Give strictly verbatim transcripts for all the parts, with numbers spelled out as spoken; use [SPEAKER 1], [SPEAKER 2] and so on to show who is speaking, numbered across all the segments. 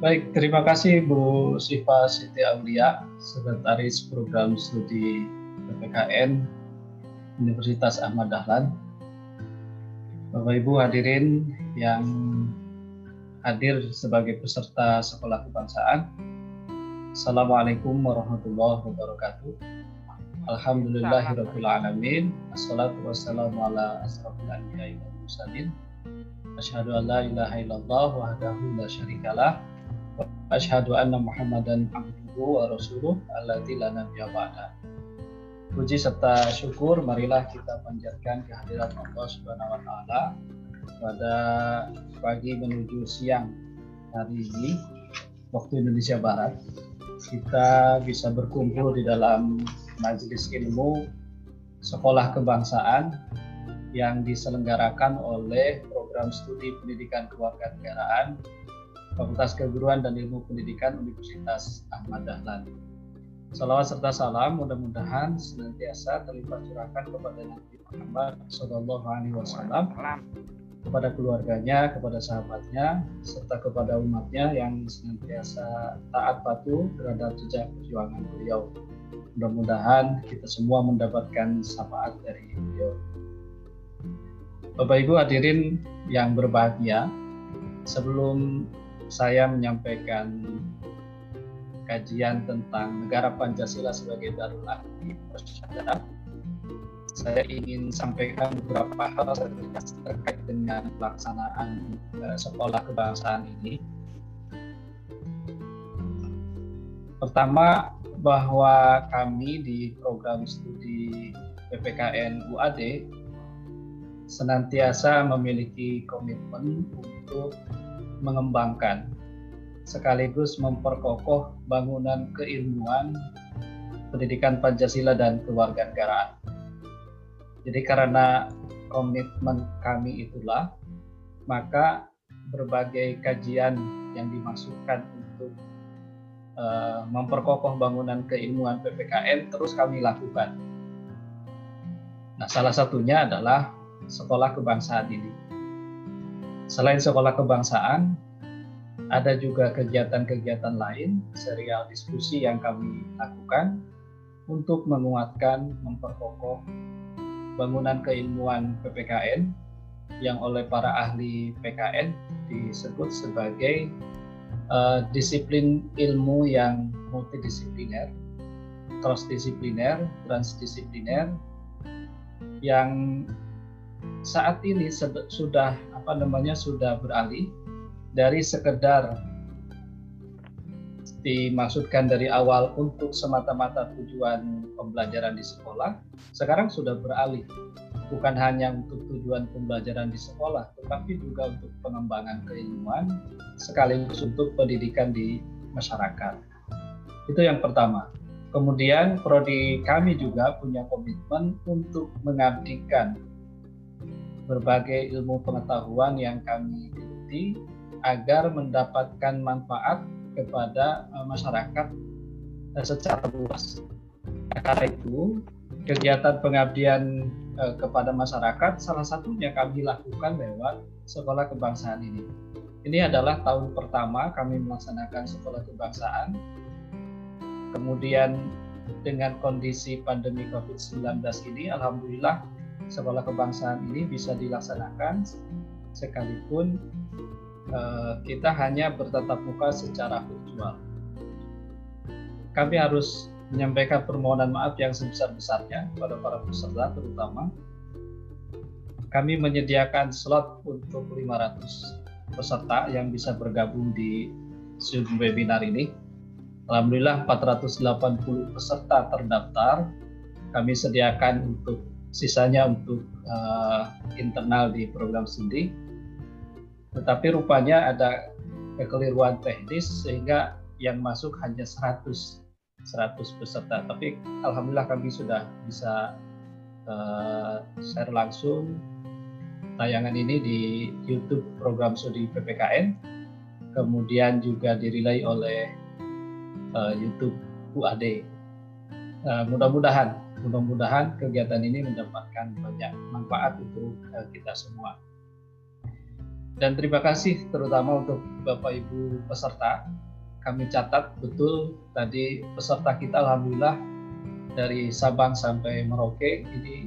[SPEAKER 1] Baik, terima kasih Bu Syifa Siti Aulia, Sekretaris Program Studi P P K N Universitas Ahmad Dahlan. Bapak Ibu hadirin yang hadir sebagai peserta Sekolah Kebangsaan, Assalamualaikum warahmatullahi wabarakatuh. Alhamdulillahirabbil alamin. Assalatu wassalamu ala asrofil anbiya'i wal mursalin. Asyhadu an la ilaha illallah wahdahu la syarikalah. Asyhadu anna Muhammadan abduhu wa rasuluh alladzi la nabiyya ba'da. Puji serta syukur marilah kita panjatkan kehadirat Allah Subhanahu wa taala pada pagi menuju siang hari ini waktu Indonesia Barat. Kita bisa berkumpul di dalam majelis ilmu Sekolah Kebangsaan yang diselenggarakan oleh Program Studi Pendidikan Kewarganegaraan Fakultas Keguruan dan Ilmu Pendidikan Universitas Ahmad Dahlan. Salawat serta salam mudah-mudahan senantiasa terlimpah curahkan kepada Nabi Muhammad Shallallahu Alaihi Wasallam, kepada keluarganya, kepada sahabatnya, serta kepada umatnya yang senantiasa taat patuh terhadap jejak perjuangan beliau. Mudah-mudahan kita semua mendapatkan syafaat dari beliau. Bapak Ibu hadirin yang berbahagia, sebelum saya menyampaikan kajian tentang negara Pancasila sebagai Darul Arti Persyadah, saya ingin sampaikan beberapa hal terkait dengan pelaksanaan uh, Sekolah Kebangsaan ini. Pertama, bahwa kami di program studi P P K N U A D senantiasa memiliki komitmen untuk mengembangkan sekaligus memperkokoh bangunan keilmuan, pendidikan Pancasila dan kewarganegaraan. Jadi karena komitmen kami itulah, maka berbagai kajian yang dimaksudkan untuk uh, memperkokoh bangunan keilmuan P P K N terus kami lakukan. Nah, salah satunya adalah Sekolah Kebangsaan ini. Selain Sekolah Kebangsaan, ada juga kegiatan-kegiatan lain, serial diskusi yang kami lakukan untuk menguatkan, memperkokoh bangunan keilmuan P P K N yang oleh para ahli P K N disebut sebagai uh, disiplin ilmu yang multidisipliner, cross-disipliner, transdisipliner, yang saat ini sudah apa namanya sudah beralih dari sekedar dimaksudkan dari awal untuk semata-mata tujuan pembelajaran di sekolah, sekarang sudah beralih bukan hanya untuk tujuan pembelajaran di sekolah, tetapi juga untuk pengembangan keilmuan sekaligus untuk pendidikan di masyarakat. Itu yang pertama. Kemudian prodi kami juga punya komitmen untuk mengabdikan berbagai ilmu pengetahuan yang kami geluti agar mendapatkan manfaat kepada uh, masyarakat uh, secara luas. Karena itu, kegiatan pengabdian uh, kepada masyarakat salah satunya kami lakukan lewat Sekolah Kebangsaan ini. Ini adalah tahun pertama kami melaksanakan Sekolah Kebangsaan. Kemudian dengan kondisi pandemi covid sembilan belas ini, alhamdulillah Sekolah Kebangsaan ini bisa dilaksanakan sekalipun uh, kita hanya bertatap muka secara virtual. Kami harus menyampaikan permohonan maaf yang sebesar-besarnya kepada para peserta, terutama kami menyediakan slot untuk lima ratus peserta yang bisa bergabung di Zoom webinar ini. Alhamdulillah empat ratus delapan puluh peserta terdaftar. Kami sediakan untuk sisanya untuk uh, internal di program studi, tetapi rupanya ada kekeliruan teknis sehingga yang masuk hanya seratus peserta. Tapi alhamdulillah kami sudah bisa uh, share langsung tayangan ini di YouTube program studi P P K N, kemudian juga dirilai oleh uh, YouTube U A D. Uh, mudah-mudahan Mudah-mudahan kegiatan ini mendapatkan banyak manfaat untuk uh, kita semua. Dan terima kasih terutama untuk Bapak Ibu peserta. Kami catat betul tadi peserta kita alhamdulillah dari Sabang sampai Merauke ini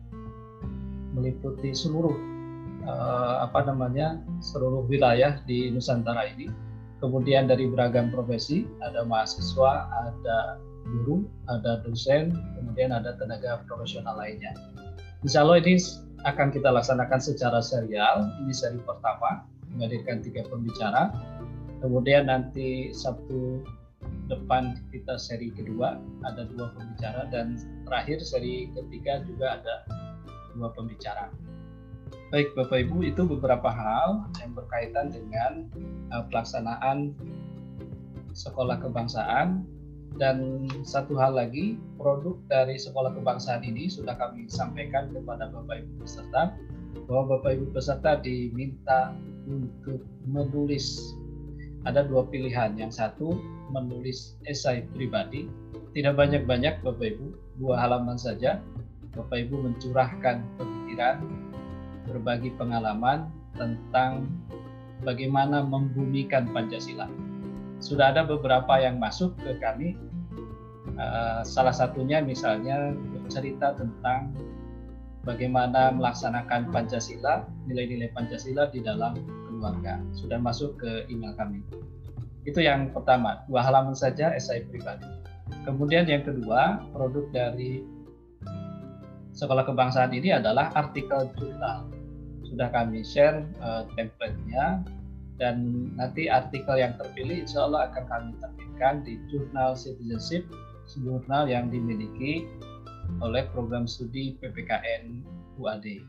[SPEAKER 1] meliputi seluruh uh, apa namanya seluruh wilayah di Nusantara ini. Kemudian dari beragam profesi, ada mahasiswa, ada guru, ada dosen, kemudian ada tenaga profesional lainnya. Insya Allah ini akan kita laksanakan secara serial. Ini seri pertama, menghadirkan tiga pembicara. Kemudian nanti Sabtu depan kita seri kedua, ada dua pembicara. Dan terakhir seri ketiga juga ada dua pembicara. Baik Bapak Ibu, itu beberapa hal yang berkaitan dengan uh, pelaksanaan sekolah kebangsaan. Dan satu hal lagi, produk dari sekolah kebangsaan ini sudah kami sampaikan kepada Bapak Ibu peserta, bahwa Bapak Ibu peserta diminta untuk menulis. Ada dua pilihan, yang satu menulis esai pribadi, tidak banyak-banyak Bapak Ibu, dua halaman saja. Bapak Ibu mencurahkan pemikiran, berbagi pengalaman tentang bagaimana membumikan Pancasila. Sudah ada beberapa yang masuk ke kami, uh, salah satunya misalnya bercerita tentang bagaimana melaksanakan Pancasila, nilai-nilai Pancasila di dalam keluarga. Sudah masuk ke email kami. Itu yang pertama, dua halaman saja esai pribadi. Kemudian yang kedua, produk dari sekolah kebangsaan ini adalah artikel jurnal. Sudah kami share uh, template-nya, dan nanti artikel yang terpilih insya Allah akan kami terbitkan di Jurnal Citizenship, jurnal yang dimiliki oleh program studi P P K N U A D.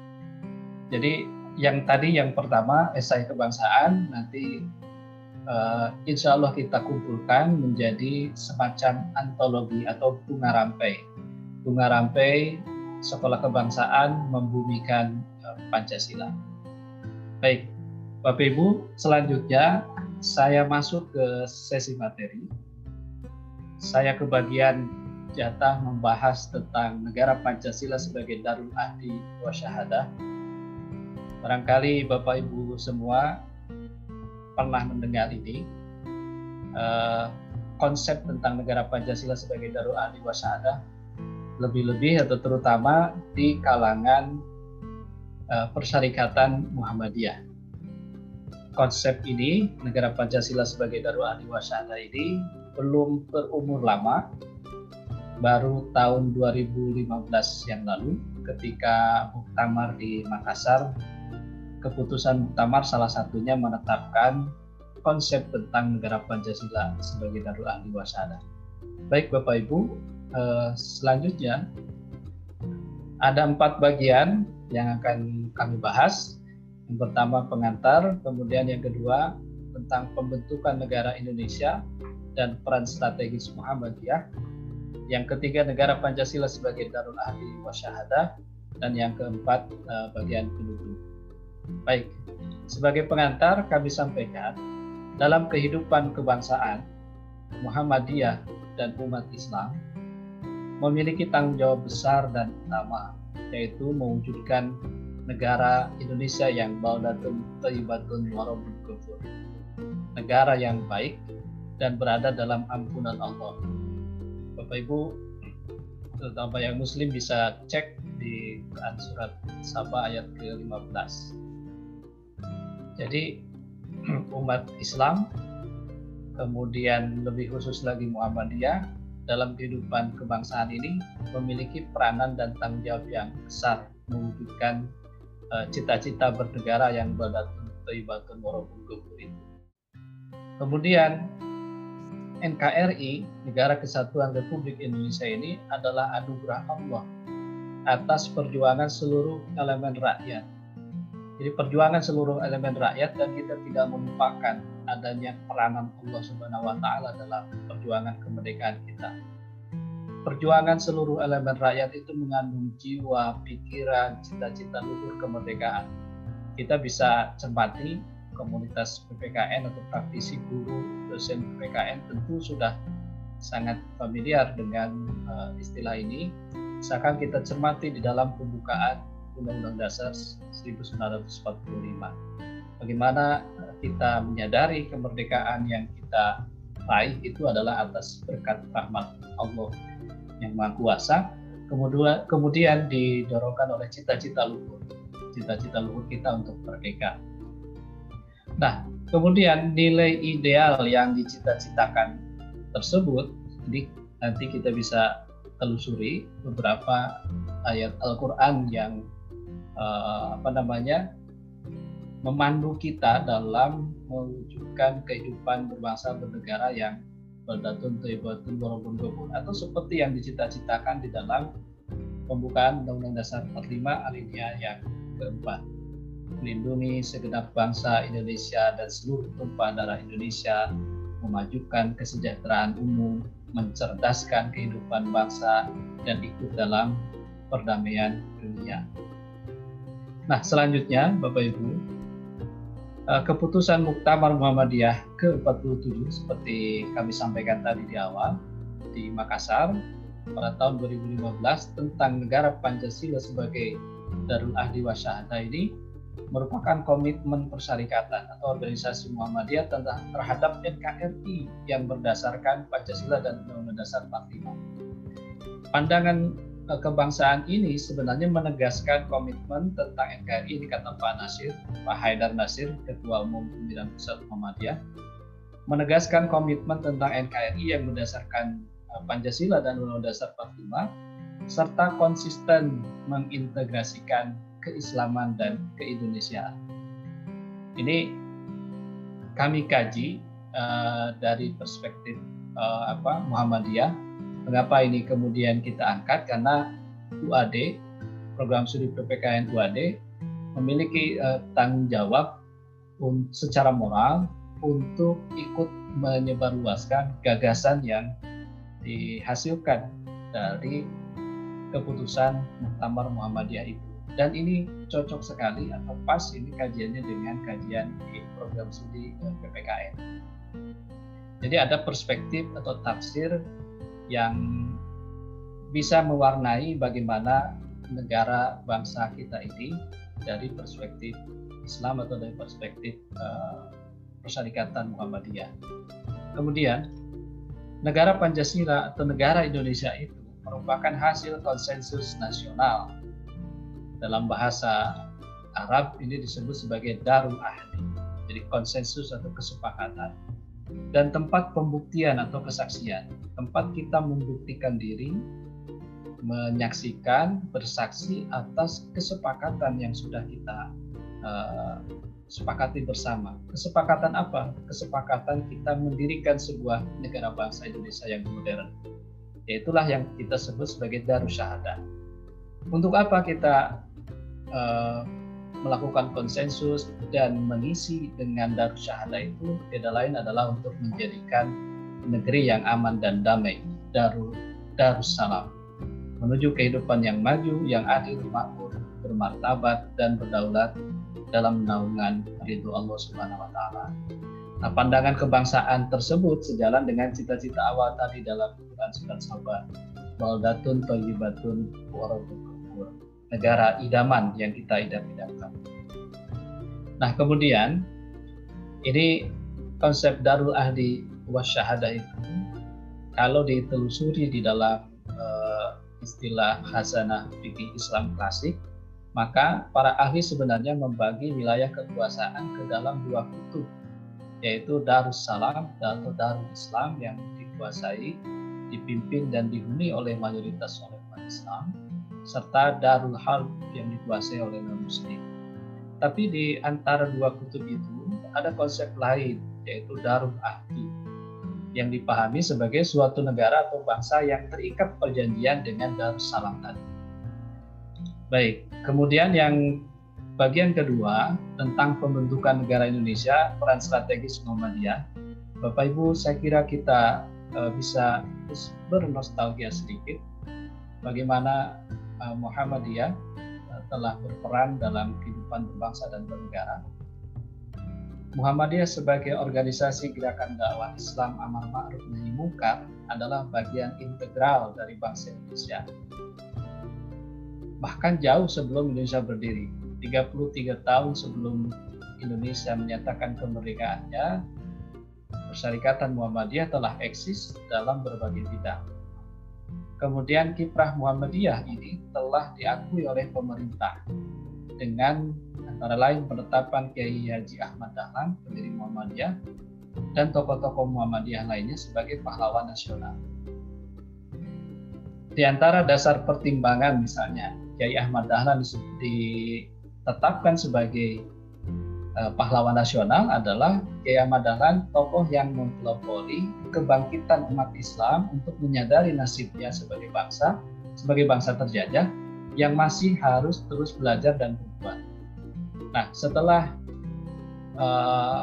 [SPEAKER 1] Jadi yang tadi yang pertama esai kebangsaan, nanti uh, insya Allah kita kumpulkan menjadi semacam antologi atau bunga rampai. Bunga rampai sekolah kebangsaan membumikan uh, Pancasila. Baik, Bapak Ibu, selanjutnya saya masuk ke sesi materi. Saya kebagian jatah membahas tentang negara Pancasila sebagai Darul Ahdi wa Syahadah. Barangkali Bapak Ibu semua pernah mendengar ini, uh, konsep tentang negara Pancasila sebagai Darul Ahdi wa Syahadah, lebih-lebih atau terutama di kalangan uh, Persyarikatan Muhammadiyah. Konsep ini, negara Pancasila sebagai Darul Ahdi wa Syahadah ini belum berumur lama, baru tahun dua ribu lima belas yang lalu ketika Muktamar di Makassar, keputusan Muktamar salah satunya menetapkan konsep tentang negara Pancasila sebagai Darul Ahdi wa Syahadah. Baik Bapak Ibu, eh, selanjutnya ada empat bagian yang akan kami bahas. Yang pertama pengantar, kemudian yang kedua tentang pembentukan negara Indonesia dan peran strategis Muhammadiyah. Yang ketiga negara Pancasila sebagai Darul Ahdi wa Syahadah, dan yang keempat bagian penutup. Baik, sebagai pengantar kami sampaikan dalam kehidupan kebangsaan Muhammadiyah dan umat Islam memiliki tanggung jawab besar dan utama, yaitu mewujudkan negara Indonesia yang baldatun thayyibatun wa rabbul ghafur, negara yang baik dan berada dalam ampunan Allah. Bapak Ibu, terutama yang Muslim bisa cek di Quran surat Saba ayat ke lima belas. Jadi umat Islam, kemudian lebih khusus lagi Muhammadiyah, dalam kehidupan kebangsaan ini memiliki peranan dan tanggung jawab yang besar mewujudkan cita-cita bernegara yang baldatun thayyibatun wa rabbul ghafur itu. Kemudian N K R I, Negara Kesatuan Republik Indonesia ini adalah anugerah Allah atas perjuangan seluruh elemen rakyat. Jadi perjuangan seluruh elemen rakyat, dan kita tidak melupakan adanya peranan Allah Subhanahu wa taala dalam perjuangan kemerdekaan kita. Perjuangan seluruh elemen rakyat itu mengandung jiwa, pikiran, cita-cita luhur kemerdekaan. Kita bisa cermati komunitas P P K N atau praktisi guru, dosen P P K N tentu sudah sangat familiar dengan uh, istilah ini. Misalkan kita cermati di dalam pembukaan Undang-Undang Dasar seribu sembilan ratus empat puluh lima. Bagaimana kita menyadari kemerdekaan yang kita raih itu adalah atas berkat rahmat Allah yang Maha Kuasa, kemudian, kemudian didorongkan oleh cita-cita luhur, cita-cita luhur kita untuk merdeka. Nah, kemudian nilai ideal yang dicita-citakan tersebut, ini nanti kita bisa telusuri beberapa ayat Al-Quran yang uh, apa namanya memandu kita dalam mewujudkan kehidupan berbangsa bernegara yang baldatun thayyibatun wa rabbun ghafur, atau seperti yang dicita-citakan di dalam pembukaan Undang-Undang Dasar empat puluh lima alinea yang keempat. Melindungi segenap bangsa Indonesia dan seluruh tumpah darah Indonesia, memajukan kesejahteraan umum, mencerdaskan kehidupan bangsa, dan ikut dalam perdamaian dunia. Nah, selanjutnya Bapak Ibu, keputusan Muktamar Muhammadiyah ke empat puluh tujuh seperti kami sampaikan tadi di awal di Makassar pada tahun dua ribu lima belas tentang negara Pancasila sebagai Darul Ahdi wa Syahadah ini merupakan komitmen persyarikatan atau organisasi Muhammadiyah terhadap N K R I yang berdasarkan Pancasila dan Undang-Undang Dasar empat puluh lima. Pandangan kebangsaan ini sebenarnya menegaskan komitmen tentang N K R I, ini kata Pak Nasir, Pak Haidar Nasir, Ketua Umum Pimpinan Pusat Muhammadiyah, menegaskan komitmen tentang N K R I yang berdasarkan Pancasila dan Undang-Undang Dasar empat puluh lima, serta konsisten mengintegrasikan keislaman dan keindonesiaan. Ini kami kaji uh, dari perspektif uh, apa Muhammadiyah. Mengapa ini kemudian kita angkat? Karena U A D, Program Studi P P K N U A D, memiliki uh, tanggung jawab um, secara moral untuk ikut menyebarluaskan gagasan yang dihasilkan dari keputusan Muktamar Muhammadiyah itu. Dan ini cocok sekali atau pas ini kajiannya dengan kajian di program studi P P K N. Jadi ada perspektif atau tafsir yang bisa mewarnai bagaimana negara bangsa kita ini dari perspektif Islam atau dari perspektif uh, Persyarikatan Muhammadiyah. Kemudian negara Pancasila atau negara Indonesia itu merupakan hasil konsensus nasional. Dalam bahasa Arab ini disebut sebagai Darul Ahdi, jadi konsensus atau kesepakatan, dan tempat pembuktian atau kesaksian, tempat kita membuktikan diri, menyaksikan, bersaksi atas kesepakatan yang sudah kita uh, sepakati bersama. Kesepakatan apa? Kesepakatan kita mendirikan sebuah negara bangsa Indonesia yang modern. Yaitulah yang kita sebut sebagai Darus Syahadah. Untuk apa kita uh, melakukan konsensus dan mengisi dengan Darus Syahadah itu? Tidak lain adalah untuk menjadikan negeri yang aman dan damai, Darul Darussalam, menuju kehidupan yang maju, yang adil, makmur, bermartabat, dan berdaulat dalam naungan ridho Allah Subhanahu wa Ta'ala. Nah, pandangan kebangsaan tersebut sejalan dengan cita-cita awal tadi dalam Quran Surat Sabah, baldatun thayyibatun wa rabbun ghafur, negara idaman yang kita idam-idamkan. Nah, kemudian ini konsep Darul Ahdi wa Syahadah itu kalau ditelusuri di dalam uh, istilah khazanah fikih Islam klasik, maka para ahli sebenarnya membagi wilayah kekuasaan ke dalam dua kutub, yaitu Darussalam atau Darul Islam yang dikuasai, dipimpin dan dihuni oleh mayoritas oleh umat Islam, serta Darul Harb yang dikuasai oleh non-Muslim. Tapi di antara dua kutub itu ada konsep lain, yaitu Darul Ahdi, yang dipahami sebagai suatu negara atau bangsa yang terikat perjanjian dengan Darussalam tadi. Baik, kemudian yang bagian kedua tentang pembentukan negara Indonesia, peran strategis Muhammadiyah. Bapak Ibu, saya kira kita uh, bisa bernostalgia sedikit bagaimana uh, Muhammadiyah uh, telah berperan dalam kehidupan berbangsa dan bernegara. Muhammadiyah sebagai organisasi gerakan dakwah Islam amar ma'ruf nahi munkar adalah bagian integral dari bangsa Indonesia. Bahkan jauh sebelum Indonesia berdiri, tiga puluh tiga tahun sebelum Indonesia menyatakan kemerdekaannya, Persyarikatan Muhammadiyah telah eksis dalam berbagai bidang. Kemudian kiprah Muhammadiyah ini telah diakui oleh pemerintah dengan antara lain penetapan Kiai Haji Ahmad Dahlan, pendiri Muhammadiyah, dan tokoh-tokoh Muhammadiyah lainnya sebagai pahlawan nasional. Di antara dasar pertimbangan misalnya, Kiai Ahmad Dahlan ditetapkan sebagai uh, pahlawan nasional adalah Kiai Ahmad Dahlan tokoh yang mempelopori kebangkitan umat Islam untuk menyadari nasibnya sebagai bangsa, sebagai bangsa terjajah yang masih harus terus belajar dan berubah. Nah, setelah uh,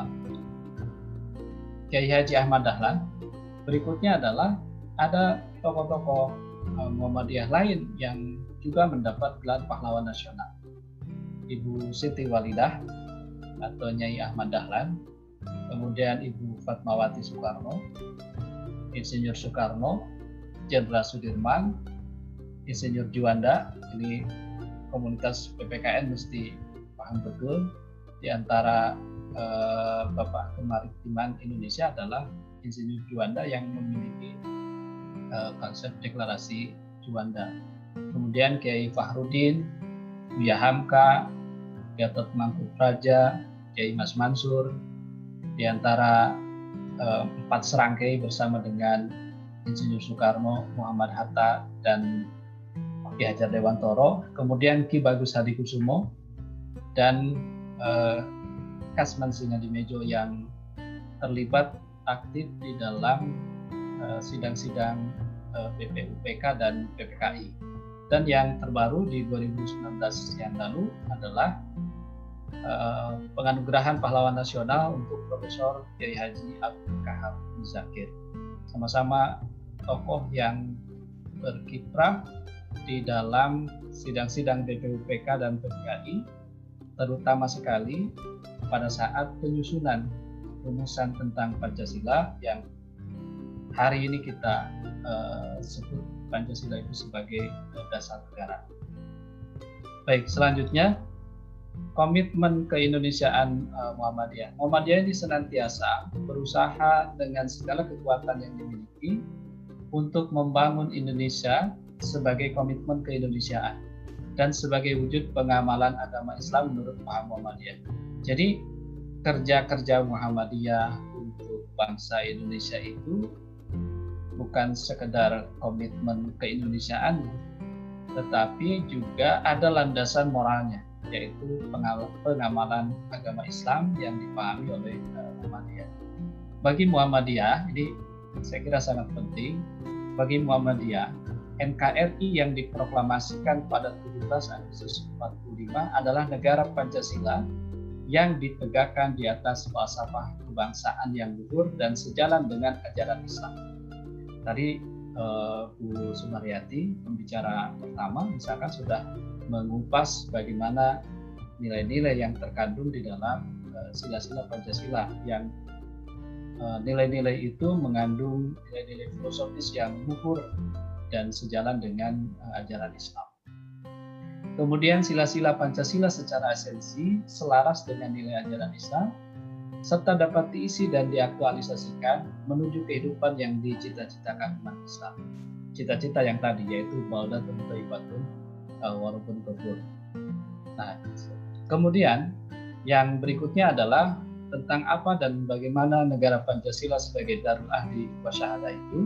[SPEAKER 1] Kiai Haji Ahmad Dahlan, berikutnya adalah ada tokoh-tokoh uh, Muhammadiyah lain yang juga mendapat gelar pahlawan nasional. Ibu Siti Walidah atau Nyai Ahmad Dahlan, kemudian Ibu Fatmawati Soekarno, Insinyur Soekarno, Jenderal Sudirman, Insinyur Juanda. Ini komunitas P P K N mesti paham betul, di antara eh, Bapak Kemaritiman Indonesia adalah Insinyur Juanda yang memiliki eh, konsep deklarasi Juanda. Kemudian Kiai Fahrudin, Buya Hamka, Gatot Mangku Praja, Kiai Mas Mansur, di antara eh, empat serangkai bersama dengan Insinyur Soekarno, Muhammad Hatta, dan Ki Hajar Dewantoro, kemudian Ki Bagus Hadikusumo, dan eh, Kasman Singadimedjo yang terlibat aktif di dalam eh, sidang-sidang eh, B P U P K dan P P K I. Dan yang terbaru di dua ribu sembilan belas yang lalu adalah eh, penganugerahan pahlawan nasional untuk Profesor Kiai Haji Abdul Kahar Muzakir. Sama-sama tokoh yang berkiprah di dalam sidang-sidang B P U P K dan P P K I, terutama sekali pada saat penyusunan rumusan tentang Pancasila yang hari ini kita uh, sebut Pancasila itu sebagai dasar negara. Baik, selanjutnya komitmen keindonesiaan uh, Muhammadiyah. Muhammadiyah ini senantiasa berusaha dengan segala kekuatan yang dimiliki untuk membangun Indonesia sebagai komitmen keindonesiaan dan sebagai wujud pengamalan agama Islam menurut paham Muhammadiyah. Jadi kerja-kerja Muhammadiyah untuk bangsa Indonesia itu bukan sekedar komitmen keindonesiaan, tetapi juga ada landasan moralnya, yaitu pengamalan agama Islam yang dipahami oleh Muhammadiyah. Bagi Muhammadiyah, ini saya kira sangat penting, bagi Muhammadiyah, N K R I yang diproklamasikan pada tujuh belas Agustus empat puluh lima adalah negara Pancasila yang ditegakkan di atas falsafah kebangsaan yang luhur dan sejalan dengan ajaran Islam. Tadi uh, Bu Sumaryati, pembicara pertama, misalkan sudah mengupas bagaimana nilai-nilai yang terkandung di dalam uh, sila-sila Pancasila, yang uh, nilai-nilai itu mengandung nilai-nilai filosofis yang luhur dan sejalan dengan uh, ajaran Islam. Kemudian sila-sila Pancasila secara esensi selaras dengan nilai ajaran Islam, serta dapat diisi dan diaktualisasikan menuju kehidupan yang dicita-citakan umat Islam. Cita-cita yang tadi, yaitu baldatun thayyibatun wa rabbun ghafur. Nah, kemudian yang berikutnya adalah tentang apa dan bagaimana negara Pancasila sebagai darul ahdi wa syahadah itu.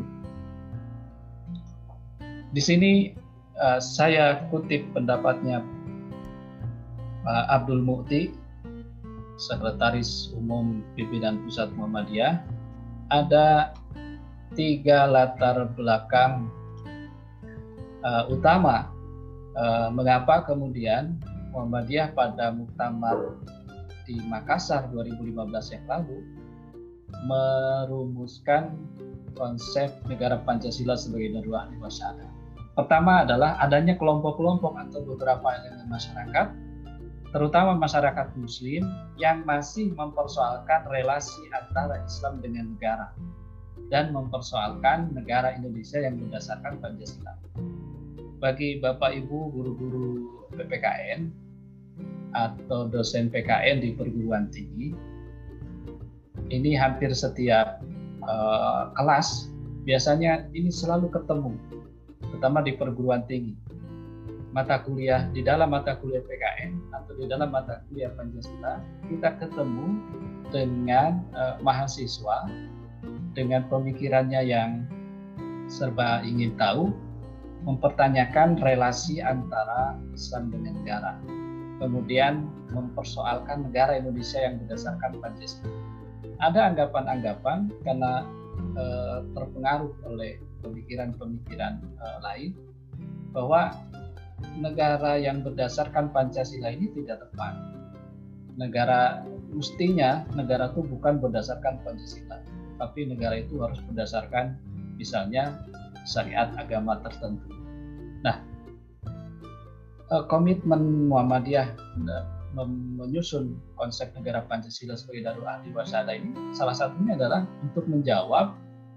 [SPEAKER 1] Di sini uh, saya kutip pendapatnya uh, Abdul Mu'ti, Sekretaris Umum Pimpinan Pusat Muhammadiyah. Ada tiga latar belakang uh, utama uh, mengapa kemudian Muhammadiyah pada Muktamar di Makassar dua ribu lima belas yang lalu merumuskan konsep negara Pancasila sebagai darul ahdi wa syahadah. Pertama adalah adanya kelompok-kelompok atau beberapa elemen masyarakat, terutama masyarakat Muslim yang masih mempersoalkan relasi antara Islam dengan negara dan mempersoalkan negara Indonesia yang berdasarkan Pancasila. Bagi Bapak Ibu guru-guru P P K N, atau dosen P K N di perguruan tinggi, ini hampir setiap uh, kelas biasanya ini selalu ketemu, terutama di perguruan tinggi. Mata kuliah di dalam mata kuliah P K N atau di dalam mata kuliah Pancasila, kita ketemu dengan uh, mahasiswa dengan pemikirannya yang serba ingin tahu, mempertanyakan relasi antara Islam dengan negara, kemudian mempersoalkan negara Indonesia yang berdasarkan Pancasila. Ada anggapan-anggapan karena eh, terpengaruh oleh pemikiran-pemikiran eh, lain bahwa negara yang berdasarkan Pancasila ini tidak tepat. Negara mestinya negara itu bukan berdasarkan Pancasila, tapi negara itu harus berdasarkan misalnya syariat agama tertentu. Nah, komitmen Muhammadiyah menyusun konsep negara Pancasila sebagai Darul Ahdi wa Syahadah ini salah satunya adalah untuk menjawab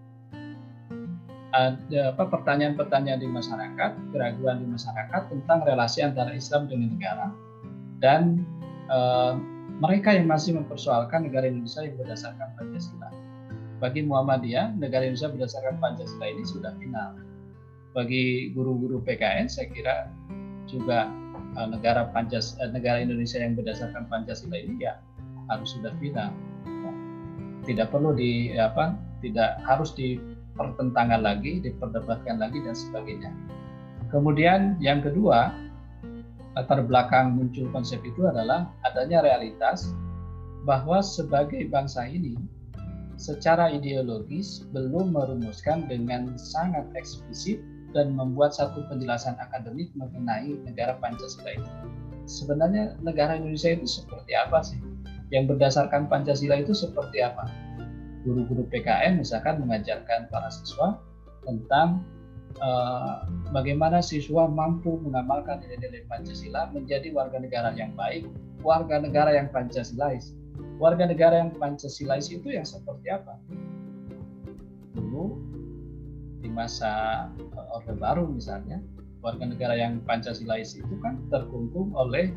[SPEAKER 1] ada apa pertanyaan-pertanyaan di masyarakat, keraguan di masyarakat tentang relasi antara Islam dengan negara, dan eh, mereka yang masih mempersoalkan negara Indonesia yang berdasarkan Pancasila. Bagi Muhammadiyah, negara Indonesia berdasarkan Pancasila ini sudah final. Bagi guru-guru P K N, saya kira juga uh, negara Pancas, uh, negara Indonesia yang berdasarkan Pancasila ini ya harus sudah final. Ya. Tidak perlu di apa, tidak harus dipertentangkan lagi, diperdebatkan lagi dan sebagainya. Kemudian yang kedua, latar belakang muncul konsep itu adalah adanya realitas bahwa sebagai bangsa ini secara ideologis belum merumuskan dengan sangat eksplisit dan membuat satu penjelasan akademik mengenai negara Pancasila itu. Sebenarnya negara Indonesia itu seperti apa sih? Yang berdasarkan Pancasila itu seperti apa? Guru-guru P K N misalkan mengajarkan para siswa tentang uh, bagaimana siswa mampu mengamalkan nilai-nilai Pancasila menjadi warga negara yang baik, warga negara yang Pancasilais. Warga negara yang Pancasilais itu yang seperti apa? Dulu di masa Orde Baru misalnya, warga negara yang Pancasilais itu kan terkungkung oleh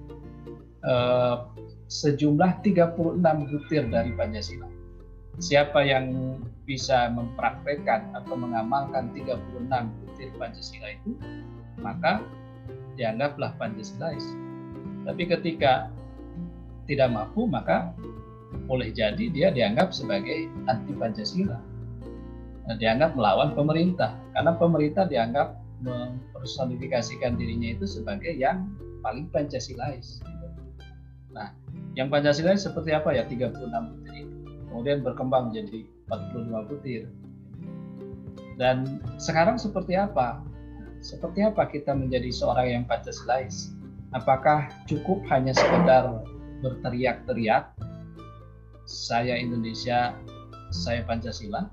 [SPEAKER 1] uh, sejumlah tiga puluh enam butir dari Pancasila. Siapa yang bisa mempraktekkan atau mengamalkan tiga puluh enam butir Pancasila itu, maka dianggaplah Pancasilais. Tapi ketika tidak mampu, maka boleh jadi dia dianggap sebagai anti Pancasila, nah, dianggap melawan pemerintah, karena pemerintah dianggap mempersonifikasikan dirinya itu sebagai yang paling Pancasilais. Nah, yang Pancasilais seperti apa ya? tiga puluh enam butir itu kemudian berkembang menjadi empat puluh lima butir. Dan sekarang seperti apa? Seperti apa kita menjadi seorang yang Pancasilais? Apakah cukup hanya sekedar berteriak-teriak, saya Indonesia, saya Pancasila,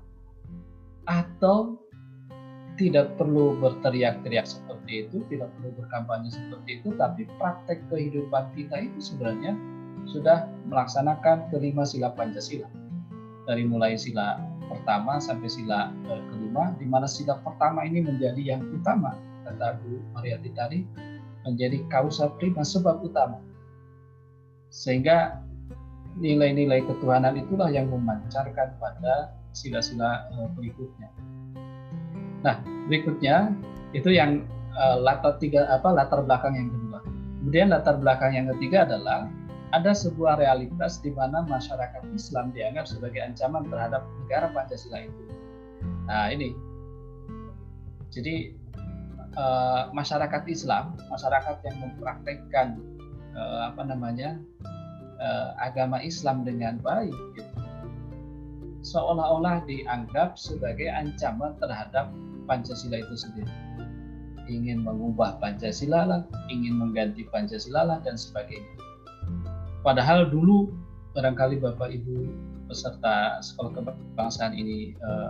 [SPEAKER 1] atau tidak perlu berteriak-teriak seperti itu, tidak perlu berkampanye seperti itu, tapi praktek kehidupan kita itu sebenarnya sudah melaksanakan kelima sila Pancasila, dari mulai sila pertama sampai sila eh, kelima, di mana sila pertama ini menjadi yang utama, kata Bu Mariyati tadi, menjadi kausa prima, sebab utama. Sehingga nilai-nilai ketuhanan itulah yang memancarkan pada sila-sila berikutnya. Nah, berikutnya itu yang uh, latar tiga apa latar belakang yang kedua. Kemudian latar belakang yang ketiga adalah ada sebuah realitas di mana masyarakat Islam dianggap sebagai ancaman terhadap negara Pancasila itu. Nah, ini. Jadi uh, masyarakat Islam, masyarakat yang mempraktekkan uh, apa namanya? Uh, agama Islam dengan baik, gitu, seolah-olah dianggap sebagai ancaman terhadap Pancasila itu sendiri. Ingin mengubah Pancasila lah, ingin mengganti Pancasila lah, dan sebagainya. Padahal dulu barangkali Bapak Ibu peserta sekolah kebangsaan ini eh,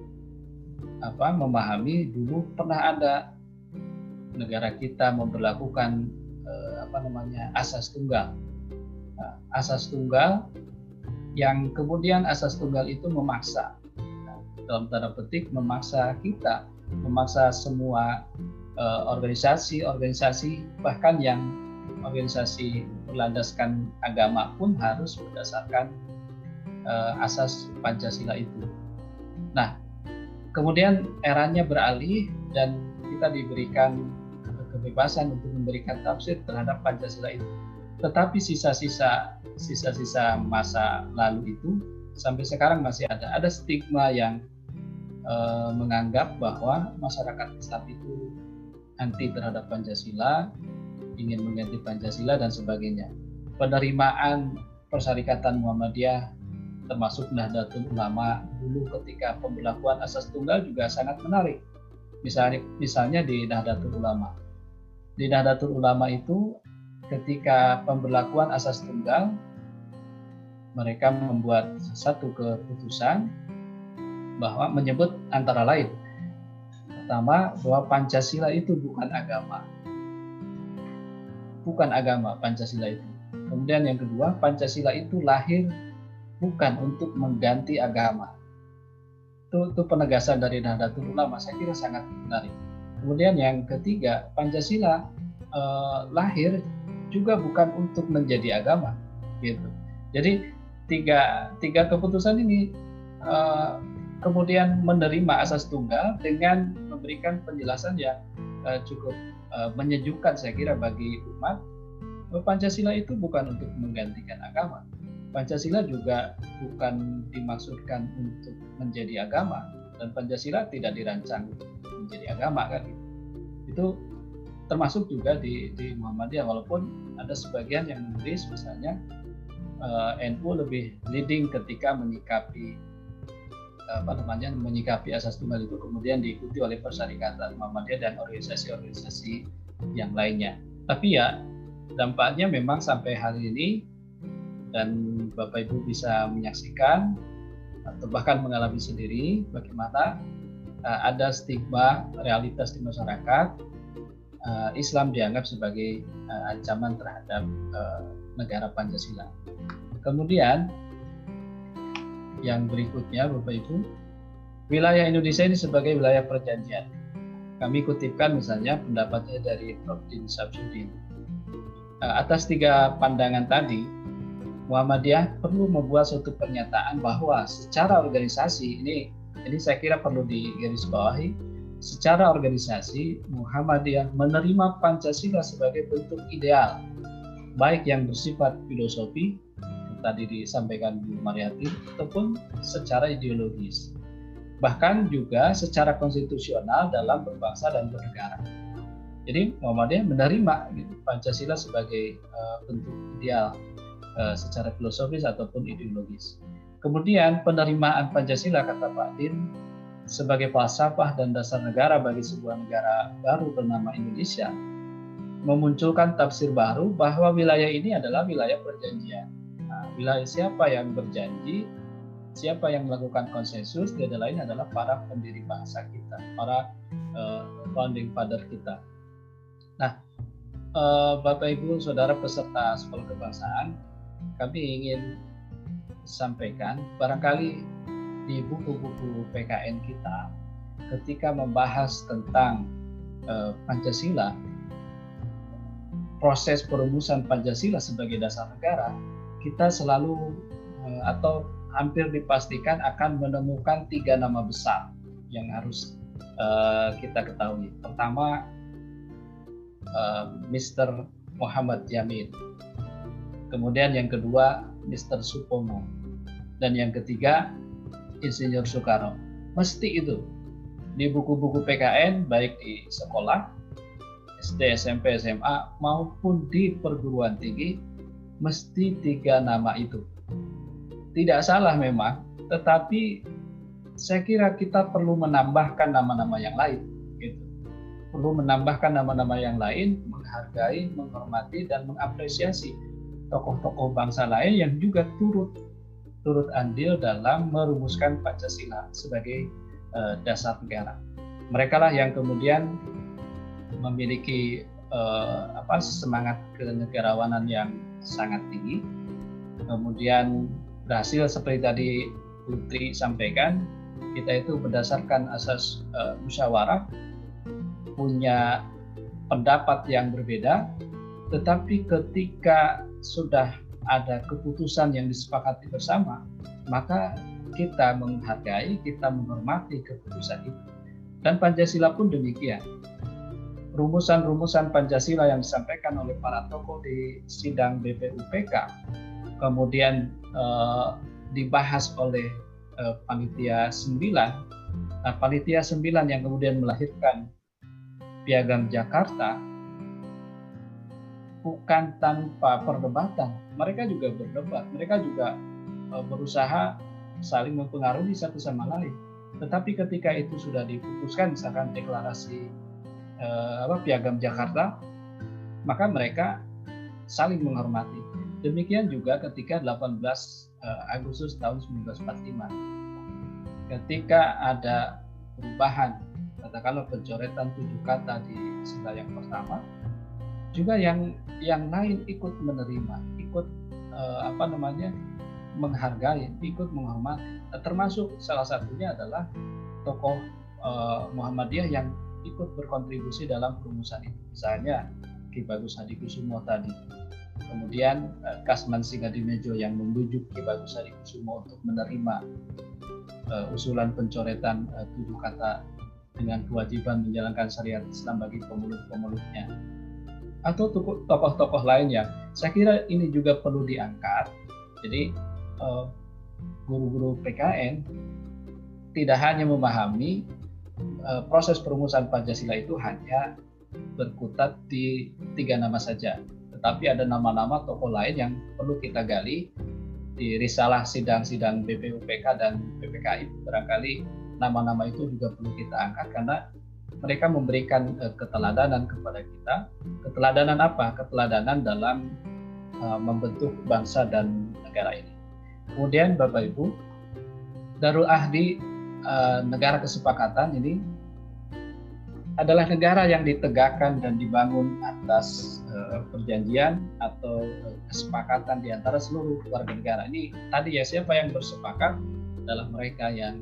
[SPEAKER 1] apa memahami dulu pernah ada negara kita memberlakukan eh, apa namanya asas tunggal. Nah, asas tunggal yang kemudian asas tunggal itu memaksa, nah, dalam tanda petik memaksa kita, memaksa semua uh, organisasi-organisasi bahkan yang organisasi berlandaskan agama pun harus berdasarkan uh, asas Pancasila itu. Nah, kemudian eranya beralih dan kita diberikan kebebasan untuk memberikan tafsir terhadap Pancasila itu. Tetapi sisa-sisa sisa-sisa masa lalu itu sampai sekarang masih ada. Ada stigma yang uh, menganggap bahwa masyarakat Islam itu anti terhadap Pancasila, ingin mengganti Pancasila dan sebagainya. Penerimaan Persyarikatan Muhammadiyah termasuk Nahdlatul Ulama dulu ketika pemberlakuan asas tunggal juga sangat menarik. Misalnya, misalnya di Nahdlatul Ulama. Di Nahdlatul Ulama itu ketika pemberlakuan asas tunggal, mereka membuat satu keputusan bahwa menyebut antara lain, pertama, bahwa Pancasila itu bukan agama. Bukan agama Pancasila itu. Kemudian yang kedua, Pancasila itu lahir bukan untuk mengganti agama. Itu, itu penegasan dari Nahdlatul Ulama, saya kira sangat menarik. Kemudian yang ketiga, Pancasila eh, lahir juga bukan untuk menjadi agama, gitu. Jadi tiga tiga keputusan ini eh, kemudian menerima asas tunggal dengan memberikan penjelasan yang uh, cukup uh, menyejukkan saya kira bagi umat. Pancasila itu bukan untuk menggantikan agama. Pancasila juga bukan dimaksudkan untuk menjadi agama, dan Pancasila tidak dirancang untuk menjadi agama kan. Itu termasuk juga di, di Muhammadiyah, walaupun ada sebagian yang menulis misalnya uh, N U lebih leading ketika menyikapi apa namanya menyikapi asas tunggal itu, kemudian diikuti oleh Persyarikatan Muhammadiyah dan organisasi-organisasi yang lainnya. Tapi ya dampaknya memang sampai hari ini, dan Bapak Ibu bisa menyaksikan atau bahkan mengalami sendiri bagaimana uh, ada stigma realitas di masyarakat, uh, Islam dianggap sebagai uh, ancaman terhadap uh, negara Pancasila. Kemudian yang berikutnya Bapak Ibu, wilayah Indonesia ini sebagai wilayah perjanjian. Kami kutipkan misalnya pendapatnya dari Profesor Din Syamsuddin. Atas tiga pandangan tadi, Muhammadiyah perlu membuat suatu pernyataan bahwa secara organisasi, ini ini saya kira perlu digarisbawahi, secara organisasi Muhammadiyah menerima Pancasila sebagai bentuk ideal, baik yang bersifat filosofi tadi disampaikan Bu Mariati, ataupun secara ideologis, bahkan juga secara konstitusional dalam berbangsa dan bernegara. Jadi Muhammadiyah menerima gitu, Pancasila sebagai uh, bentuk ideal uh, secara filosofis ataupun ideologis. Kemudian penerimaan Pancasila, kata Pak Din, sebagai falsafah dan dasar negara bagi sebuah negara baru bernama Indonesia, memunculkan tafsir baru bahwa wilayah ini adalah wilayah perjanjian. Nah, wilayah siapa yang berjanji, siapa yang melakukan konsensus, tidak lain adalah para pendiri bangsa kita, para uh, founding father kita. Nah, uh, Bapak Ibu Saudara peserta Sekolah Kebangsaan, kami ingin sampaikan, barangkali di buku-buku P K N kita, ketika membahas tentang uh, Pancasila, proses perumusan Pancasila sebagai dasar negara, kita selalu uh, atau hampir dipastikan akan menemukan tiga nama besar yang harus uh, kita ketahui. Pertama, uh, mister Muhammad Yamin. Kemudian yang kedua, mister Supomo. Dan yang ketiga, Insinyur Soekarno. Mesti itu di buku-buku P K N, baik di sekolah, S D, S M P, S M A, maupun di perguruan tinggi, mesti tiga nama itu. Tidak salah memang, tetapi saya kira kita perlu menambahkan nama-nama yang lain. Gitu. Perlu menambahkan nama-nama yang lain, menghargai, menghormati, dan mengapresiasi tokoh-tokoh bangsa lain yang juga turut turut andil dalam merumuskan Pancasila sebagai uh, dasar negara. Mereka lah yang kemudian memiliki uh, apa semangat kenegarawanan yang sangat tinggi, kemudian berhasil seperti tadi Putri sampaikan, kita itu berdasarkan asas uh, musyawarah, punya pendapat yang berbeda, Tetapi ketika sudah ada keputusan yang disepakati bersama, maka kita menghargai, kita menghormati keputusan itu. Dan Pancasila pun demikian. Rumusan-rumusan Pancasila yang disampaikan oleh para tokoh di sidang B P U P K, kemudian eh, dibahas oleh eh, Panitia sembilan. Nah, Panitia sembilan yang kemudian melahirkan Piagam Jakarta, bukan tanpa perdebatan. Mereka juga berdebat, mereka juga uh, berusaha saling mempengaruhi satu sama lain. Tetapi ketika itu sudah diputuskan, misalkan deklarasi uh, apa, Piagam Jakarta, maka mereka saling menghormati. Demikian juga ketika delapan belas Agustus tahun seribu sembilan ratus empat puluh lima, ketika ada perubahan, katakanlah pencoretan tujuh kata di sila yang pertama, juga yang yang lain ikut menerima, ikut eh, apa namanya menghargai, ikut menghormati. Termasuk salah satunya adalah tokoh eh, Muhammadiyah yang ikut berkontribusi dalam perumusan itu. Misalnya Ki Bagus Hadikusumo tadi, kemudian eh, Kasman Singadimejo yang membujuk Ki Bagus Hadikusumo untuk menerima eh, usulan pencoretan eh, tujuh kata dengan kewajiban menjalankan syariat Islam bagi pemeluk-pemeluknya, atau tokoh-tokoh lain yang saya kira ini juga perlu diangkat. Jadi eh, guru-guru P K N tidak hanya memahami eh, proses perumusan Pancasila itu hanya berkutat di tiga nama saja, tetapi ada nama-nama tokoh lain yang perlu kita gali di risalah sidang-sidang B P U P K dan B P K I. Barangkali nama-nama itu juga perlu kita angkat karena mereka memberikan uh, keteladanan kepada kita. Keteladanan apa? Keteladanan dalam uh, membentuk bangsa dan negara ini. Kemudian Bapak Ibu, Darul Ahdi uh, negara kesepakatan ini adalah negara yang ditegakkan dan dibangun atas uh, perjanjian atau uh, kesepakatan di antara seluruh warga negara. Ini tadi ya, siapa yang bersepakat adalah mereka yang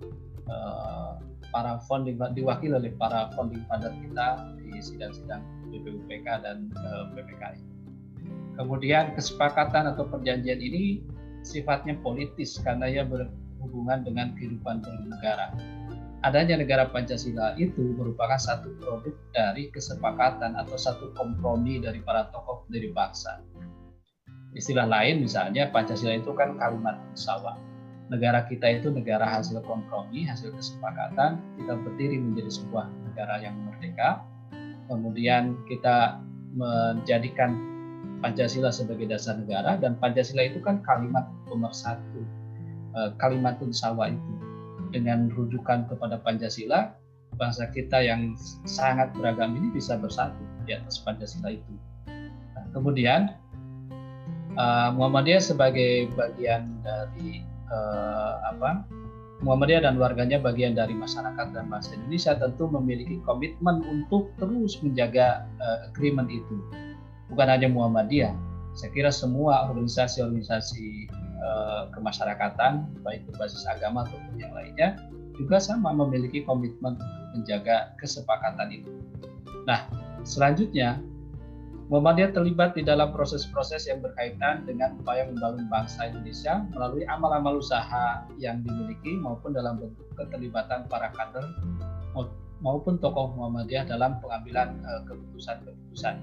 [SPEAKER 1] uh, para founding, diwakili oleh para founding father kita di sidang-sidang B P U P K dan uh, B P K I. Kemudian kesepakatan atau perjanjian ini sifatnya politis karena ia berhubungan dengan kehidupan bernegara. Adanya negara Pancasila itu merupakan satu produk dari kesepakatan atau satu kompromi dari para tokoh dari bangsa. Istilah lain misalnya Pancasila itu kan kalimat musyawarah. Negara kita itu negara hasil kompromi, hasil kesepakatan. Kita berdiri menjadi sebuah negara yang merdeka. Kemudian kita menjadikan Pancasila sebagai dasar negara, dan Pancasila itu kan kalimat pemersatu, kalimat musyawarah itu. Dengan rujukan kepada Pancasila, bangsa kita yang sangat beragam ini bisa bersatu di atas Pancasila itu. Nah, kemudian Muhammadiyah sebagai bagian dari Uh, apa Muhammadiyah dan warganya bagian dari masyarakat dan bangsa Indonesia tentu memiliki komitmen untuk terus menjaga uh, agreement itu. Bukan hanya Muhammadiyah, saya kira semua organisasi-organisasi uh, kemasyarakatan baik berbasis agama ataupun yang lainnya juga sama memiliki komitmen untuk menjaga kesepakatan itu. Nah, selanjutnya Muhammadiyah terlibat di dalam proses-proses yang berkaitan dengan upaya membangun bangsa Indonesia melalui amal-amal usaha yang dimiliki maupun dalam bentuk keterlibatan para kader maupun tokoh Muhammadiyah dalam pengambilan uh, keputusan-keputusan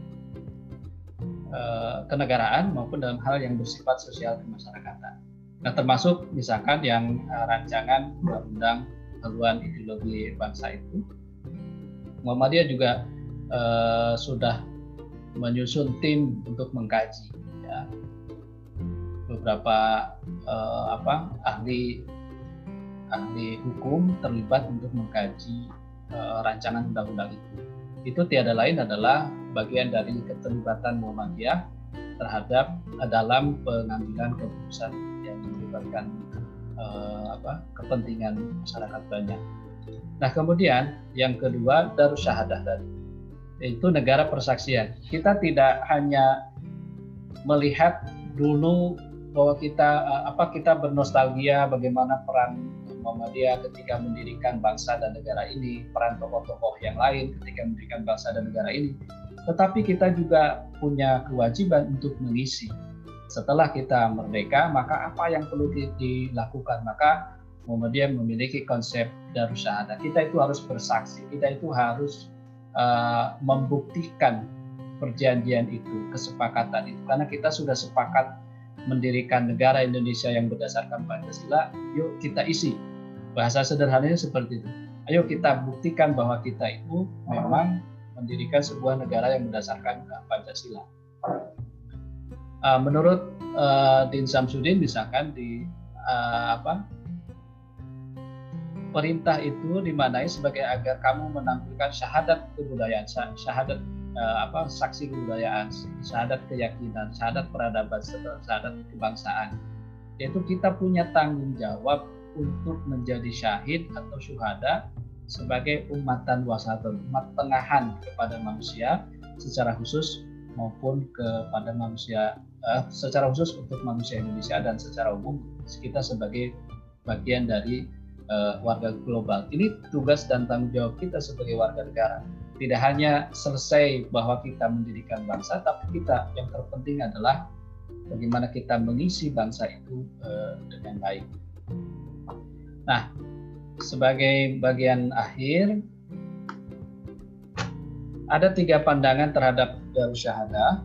[SPEAKER 1] uh, kenegaraan maupun dalam hal yang bersifat sosial kemasyarakatan. Nah, termasuk misalkan yang uh, rancangan undang-undang haluan ideologi bangsa itu, Muhammadiyah juga uh, sudah menyusun tim untuk mengkaji, ya. Beberapa eh, apa ahli ahli hukum terlibat untuk mengkaji eh, rancangan undang-undang itu. Itu tiada lain adalah bagian dari keterlibatan Muhammadiyah terhadap eh, dalam pengambilan keputusan yang melibatkan eh, apa kepentingan masyarakat banyak. Nah, kemudian yang kedua Darus Syahadah tadi, itu negara persaksian. Kita tidak hanya melihat dulu bahwa kita apa kita bernostalgia bagaimana peran Muhammadiyah ketika mendirikan bangsa dan negara ini, peran tokoh-tokoh yang lain ketika mendirikan bangsa dan negara ini. tetapi kita juga punya kewajiban untuk mengisi. Setelah kita merdeka, maka apa yang perlu dilakukan? Maka Muhammadiyah memiliki konsep Darus Syahadah. Kita itu harus bersaksi, kita itu harus uh, membuktikan perjanjian itu, kesepakatan itu. Karena kita sudah sepakat mendirikan negara Indonesia yang berdasarkan Pancasila, yuk kita isi. Bahasa sederhananya seperti itu. Ayo kita buktikan bahwa kita itu memang mendirikan sebuah negara yang berdasarkan Pancasila. Uh, menurut uh, Din Samsudin misalkan di uh, apa perintah itu dimaknai sebagai agar kamu menampilkan syahadat kebudayaan, syahadat uh, apa saksi kebudayaan, syahadat keyakinan, syahadat peradaban, syahadat kebangsaan. Yaitu kita punya tanggung jawab untuk menjadi syahid atau syuhada sebagai umatan wasatun, umat tengahan kepada manusia secara khusus maupun kepada manusia uh, secara khusus untuk manusia Indonesia dan secara umum kita sebagai bagian dari uh, warga global. Ini tugas dan tanggung jawab kita sebagai warga negara. Tidak hanya selesai bahwa kita mendirikan bangsa, tapi kita yang terpenting adalah bagaimana kita mengisi bangsa itu uh, dengan baik. Nah, sebagai bagian akhir, ada tiga pandangan terhadap Darus Syahadah.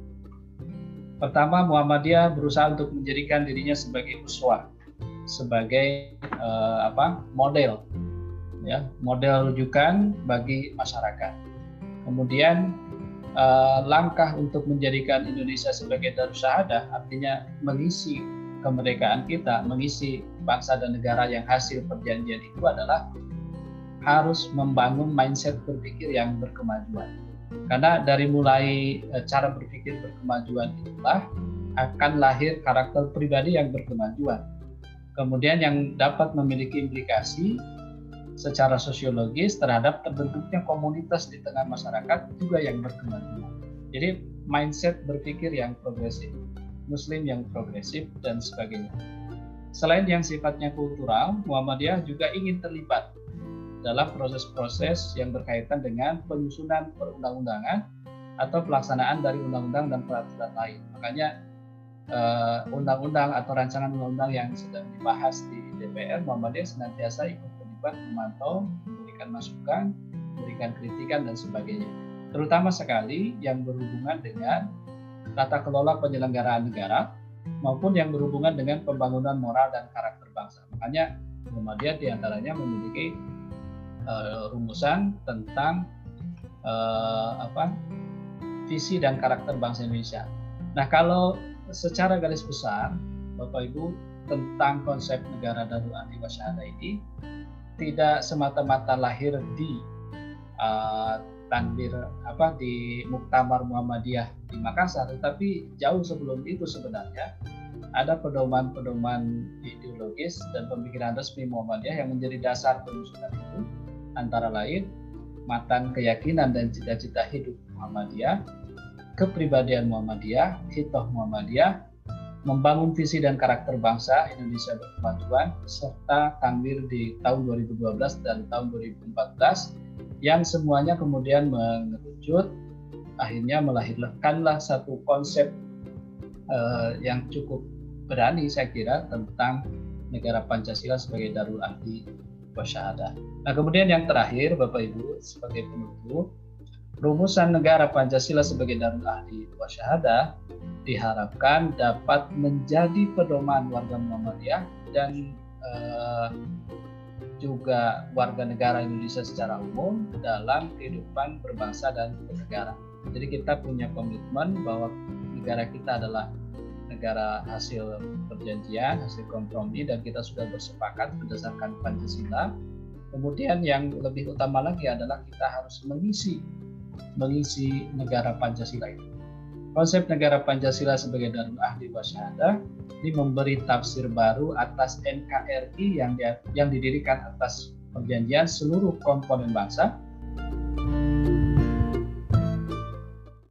[SPEAKER 1] Pertama, Muhammadiyah berusaha untuk menjadikan dirinya sebagai uswah, sebagai uh, apa model, ya model rujukan bagi masyarakat. Kemudian uh, langkah untuk menjadikan Indonesia sebagai Darus Syahadah, artinya mengisi kemerdekaan kita, mengisi bangsa dan negara yang hasil perjanjian itu adalah harus membangun mindset berpikir yang berkemajuan. Karena dari mulai e, cara berpikir berkemajuan itulah akan lahir karakter pribadi yang berkemajuan. Kemudian yang dapat memiliki implikasi secara sosiologis terhadap terbentuknya komunitas di tengah masyarakat juga yang berkemajuan. Jadi mindset berpikir yang progresif, Muslim yang progresif dan sebagainya. Selain yang sifatnya kultural, Muhammadiyah juga ingin terlibat dalam proses-proses yang berkaitan dengan penyusunan perundang-undangan atau pelaksanaan dari undang-undang dan peraturan lain. Makanya uh, undang-undang atau rancangan undang-undang yang sedang dibahas di D P R, Muhammadiyah senantiasa ikut terlibat, memantau, memberikan masukan, memberikan kritikan dan sebagainya. Terutama sekali yang berhubungan dengan tata kelola penyelenggaraan negara maupun yang berhubungan dengan pembangunan moral dan karakter bangsa. Makanya Muhammadiyah diantaranya memiliki uh, rumusan tentang uh, apa visi dan karakter bangsa Indonesia. Nah, kalau secara garis besar, Bapak Ibu, tentang konsep negara Darul Ahdi wa Syahadah ini tidak semata-mata lahir di uh, takbir apa di Muktamar Muhammadiyah di Makassar, tetapi jauh sebelum itu sebenarnya ada pedoman-pedoman ideologis dan pemikiran resmi Muhammadiyah yang menjadi dasar penyusunan itu, antara lain matan keyakinan dan cita-cita hidup Muhammadiyah, kepribadian Muhammadiyah, hitoh Muhammadiyah, membangun visi dan karakter bangsa Indonesia berkemajuan, serta tanwir di tahun dua ribu dua belas dan tahun dua ribu empat belas yang semuanya kemudian mengerucut akhirnya melahirkanlah satu konsep uh, yang cukup berani saya kira tentang negara Pancasila sebagai Darul Ahdi wa Syahadah. Nah, kemudian yang terakhir Bapak Ibu sebagai penutup, rumusan negara Pancasila sebagai Darul Ahdi wa Syahadah diharapkan dapat menjadi pedoman warga Muhammadiyah dan uh, juga warga negara Indonesia secara umum dalam kehidupan berbangsa dan bernegara. Jadi kita punya komitmen bahwa negara kita adalah negara hasil perjanjian, hasil kompromi, dan kita sudah bersepakat berdasarkan Pancasila. Kemudian yang lebih utama lagi adalah kita harus mengisi mengisi negara Pancasila itu. Konsep negara Pancasila sebagai Darul Ahdi wa Syahadah ini memberi tafsir baru atas N K R I yang dia, yang didirikan atas perjanjian seluruh komponen bangsa